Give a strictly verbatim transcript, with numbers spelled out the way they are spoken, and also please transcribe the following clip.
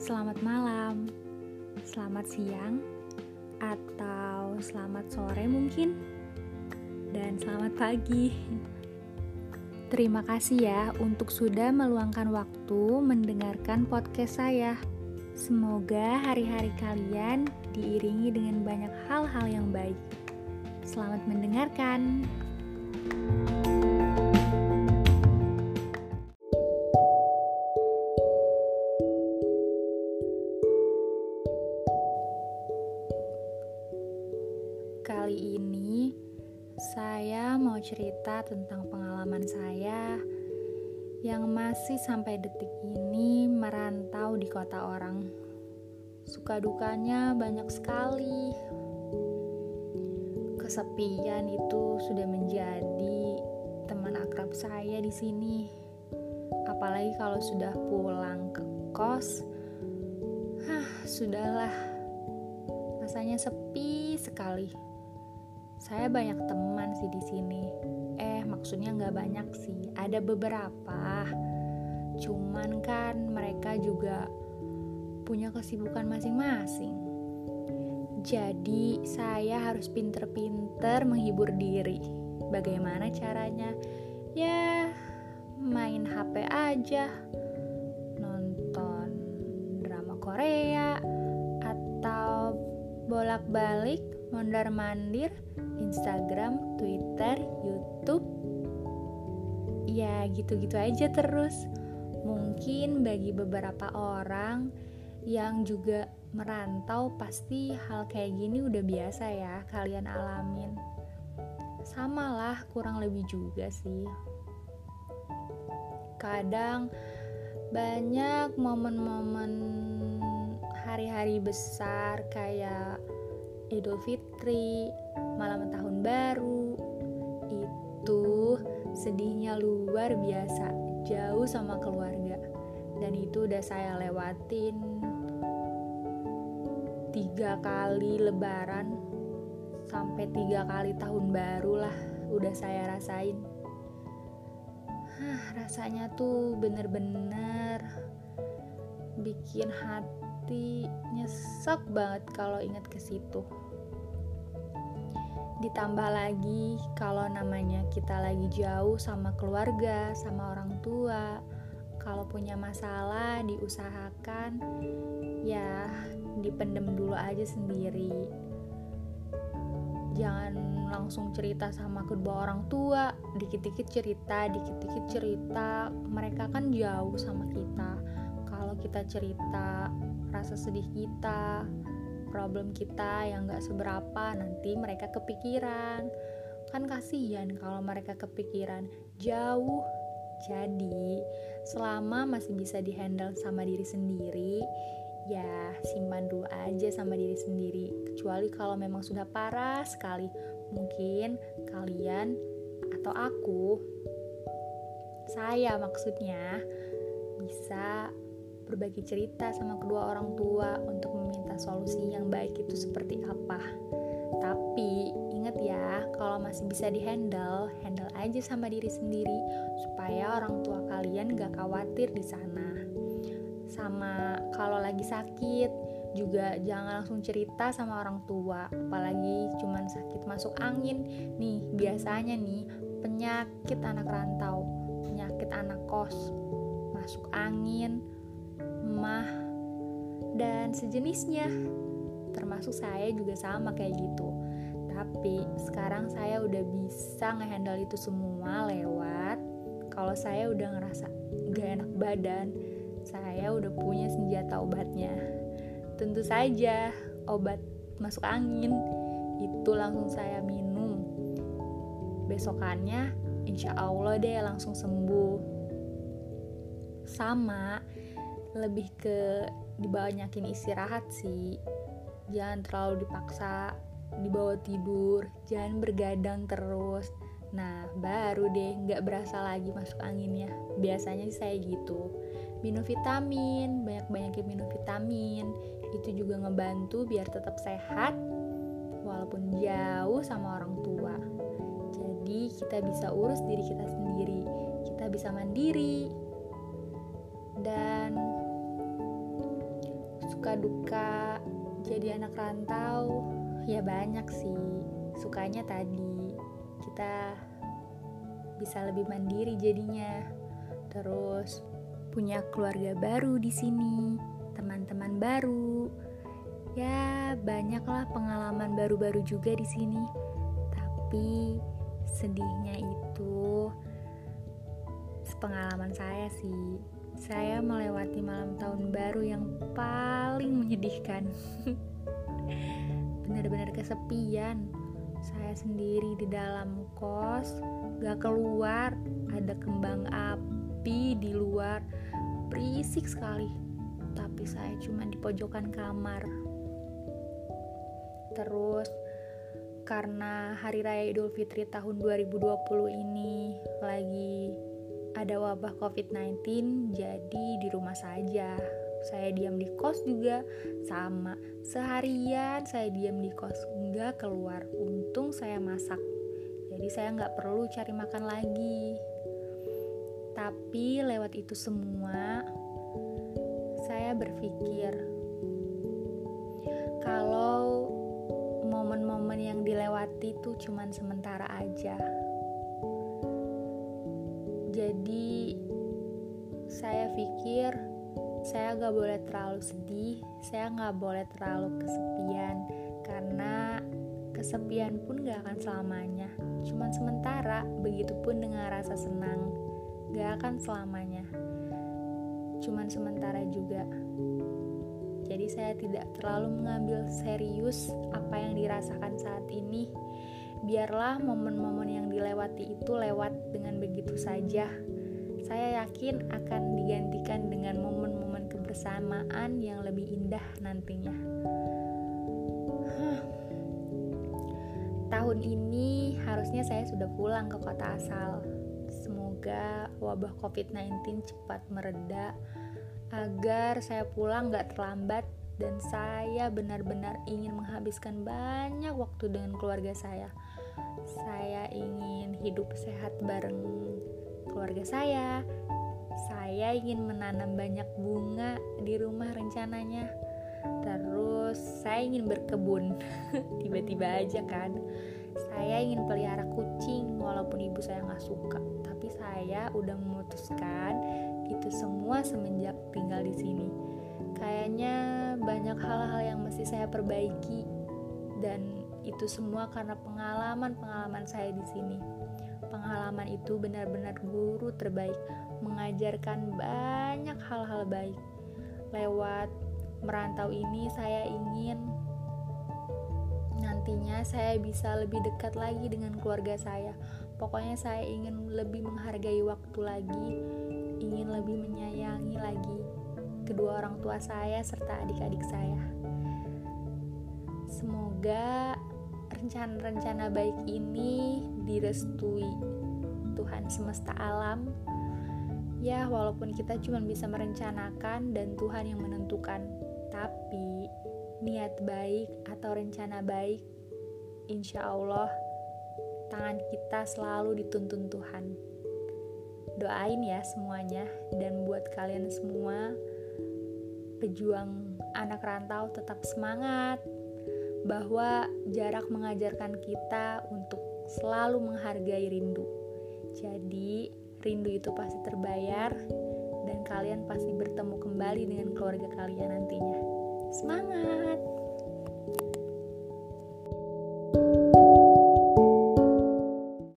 Selamat malam, selamat siang, atau selamat sore mungkin, dan selamat pagi. Terima kasih ya untuk sudah meluangkan waktu mendengarkan podcast saya. Semoga hari-hari kalian diiringi dengan banyak hal-hal yang baik. Selamat mendengarkan. Kali ini saya mau cerita tentang pengalaman saya yang masih sampai detik ini merantau di kota orang. Suka dukanya banyak sekali. Kesepian itu sudah menjadi teman akrab saya di sini. Apalagi kalau sudah pulang ke kos, hah, sudahlah. Rasanya sepi sekali. Saya banyak teman sih di sini. Eh, maksudnya nggak banyak sih. Ada beberapa. Cuman kan mereka juga punya kesibukan masing-masing. Jadi saya harus pinter-pinter menghibur diri. Bagaimana caranya? Ya, main H P aja, nonton drama Korea, atau bolak-balik mondar-mandir Instagram, Twitter, YouTube. Ya gitu-gitu aja terus. Mungkin bagi beberapa orang yang juga merantau pasti hal kayak gini udah biasa ya kalian alamin. Samalah kurang lebih juga sih. Kadang banyak momen-momen hari-hari besar kayak Idul Fitri, malam tahun baru, itu sedihnya luar biasa, jauh sama keluarga. Dan itu udah saya lewatin tiga kali lebaran, sampai tiga kali tahun baru lah, udah saya rasain. Hah, rasanya tuh bener-bener bikin hati nyesek banget kalau ingat ke situ. Ditambah lagi kalau namanya kita lagi jauh sama keluarga, sama orang tua, kalau punya masalah diusahakan ya dipendem dulu aja sendiri. Jangan langsung cerita sama kedua orang tua, dikit-dikit cerita, dikit-dikit cerita. Mereka kan jauh sama kita. Kalau kita cerita rasa sedih kita, problem kita yang gak seberapa, nanti mereka kepikiran. Kan kasihan kalau mereka kepikiran jauh. Jadi selama masih bisa dihandle sama diri sendiri, ya simpan dulu aja sama diri sendiri. Kecuali kalau memang sudah parah sekali, mungkin kalian atau aku, saya maksudnya, bisa berbagi cerita sama kedua orang tua untuk meminta solusi yang baik itu seperti apa. Tapi ingat ya, kalau masih bisa dihandle, handle aja sama diri sendiri supaya orang tua kalian gak khawatir di sana. Sama kalau lagi sakit juga jangan langsung cerita sama orang tua, apalagi cuman sakit masuk angin. Nih biasanya nih penyakit anak rantau, penyakit anak kos, masuk angin, mah, dan sejenisnya. Termasuk saya juga sama kayak gitu. Tapi sekarang saya udah bisa ngehandle itu semua lewat, kalau saya udah ngerasa gak enak badan, saya udah punya senjata obatnya. Tentu saja obat masuk angin itu langsung saya minum. Besokannya insya Allah deh langsung sembuh. Sama, lebih ke dibanyakin istirahat sih. Jangan terlalu dipaksa dibawa tidur, jangan bergadang terus. Nah baru deh gak berasa lagi masuk anginnya. Biasanya sih saya gitu. Minum vitamin, banyak-banyakin minum vitamin. Itu juga ngebantu biar tetap sehat walaupun jauh sama orang tua. Jadi kita bisa urus diri kita sendiri, kita bisa mandiri. Dan suka duka jadi anak rantau ya banyak sih. Sukanya tadi kita bisa lebih mandiri jadinya, terus punya keluarga baru di sini, teman-teman baru, ya banyaklah pengalaman baru-baru juga di sini. Tapi sedihnya itu pengalaman saya sih, saya melewati malam tahun baru yang paling menyedihkan. Benar-benar kesepian. Saya sendiri di dalam kos, gak keluar, ada kembang api di luar, berisik sekali. Tapi saya cuma di pojokan kamar. Terus karena Hari Raya Idul Fitri tahun dua ribu dua puluh ini lagi ada wabah covid sembilan belas, jadi di rumah saja. Saya diam di kos juga, sama. Seharian saya diam di kos, nggak keluar. Untung saya masak, jadi saya nggak perlu cari makan lagi. Tapi lewat itu semua, saya berpikir kalau momen-momen yang dilewati itu cuman sementara aja. Jadi saya pikir saya gak boleh terlalu sedih, saya gak boleh terlalu kesepian, karena kesepian pun gak akan selamanya, cuman sementara. Begitupun dengan rasa senang, gak akan selamanya, cuman sementara juga. Jadi saya tidak terlalu mengambil serius apa yang dirasakan saat ini. Biarlah momen-momen yang dilewati itu lewat dengan begitu saja. Saya yakin akan digantikan dengan momen-momen kebersamaan yang lebih indah nantinya. Huh. Tahun ini harusnya saya sudah pulang ke kota asal. Semoga wabah covid sembilan belas cepat mereda, agar saya pulang gak terlambat dan saya benar-benar ingin menghabiskan banyak waktu dengan keluarga saya. Saya ingin hidup sehat bareng keluarga saya. Saya ingin menanam banyak bunga di rumah rencananya. Terus saya ingin berkebun. Tiba-tiba aja kan. Saya ingin pelihara kucing walaupun ibu saya gak suka. Tapi saya udah memutuskan itu semua semenjak tinggal di sini. Kayaknya banyak hal-hal yang mesti saya perbaiki, dan itu semua karena pengalaman-pengalaman saya di sini. Pengalaman itu benar-benar guru terbaik, mengajarkan banyak hal-hal baik. Lewat merantau ini saya ingin nantinya saya bisa lebih dekat lagi dengan keluarga saya. Pokoknya saya ingin lebih menghargai waktu lagi, ingin lebih menyayangi lagi kedua orang tua saya serta adik-adik saya. Semoga rencana-rencana baik ini direstui Tuhan semesta alam. Ya, walaupun kita cuma bisa merencanakan dan Tuhan yang menentukan, tapi niat baik atau rencana baik, insya Allah tangan kita selalu dituntun Tuhan. Doain ya semuanya, dan buat kalian semua pejuang anak rantau tetap semangat, bahwa jarak mengajarkan kita untuk selalu menghargai rindu. Jadi rindu itu pasti terbayar, dan kalian pasti bertemu kembali dengan keluarga kalian nantinya. Semangat!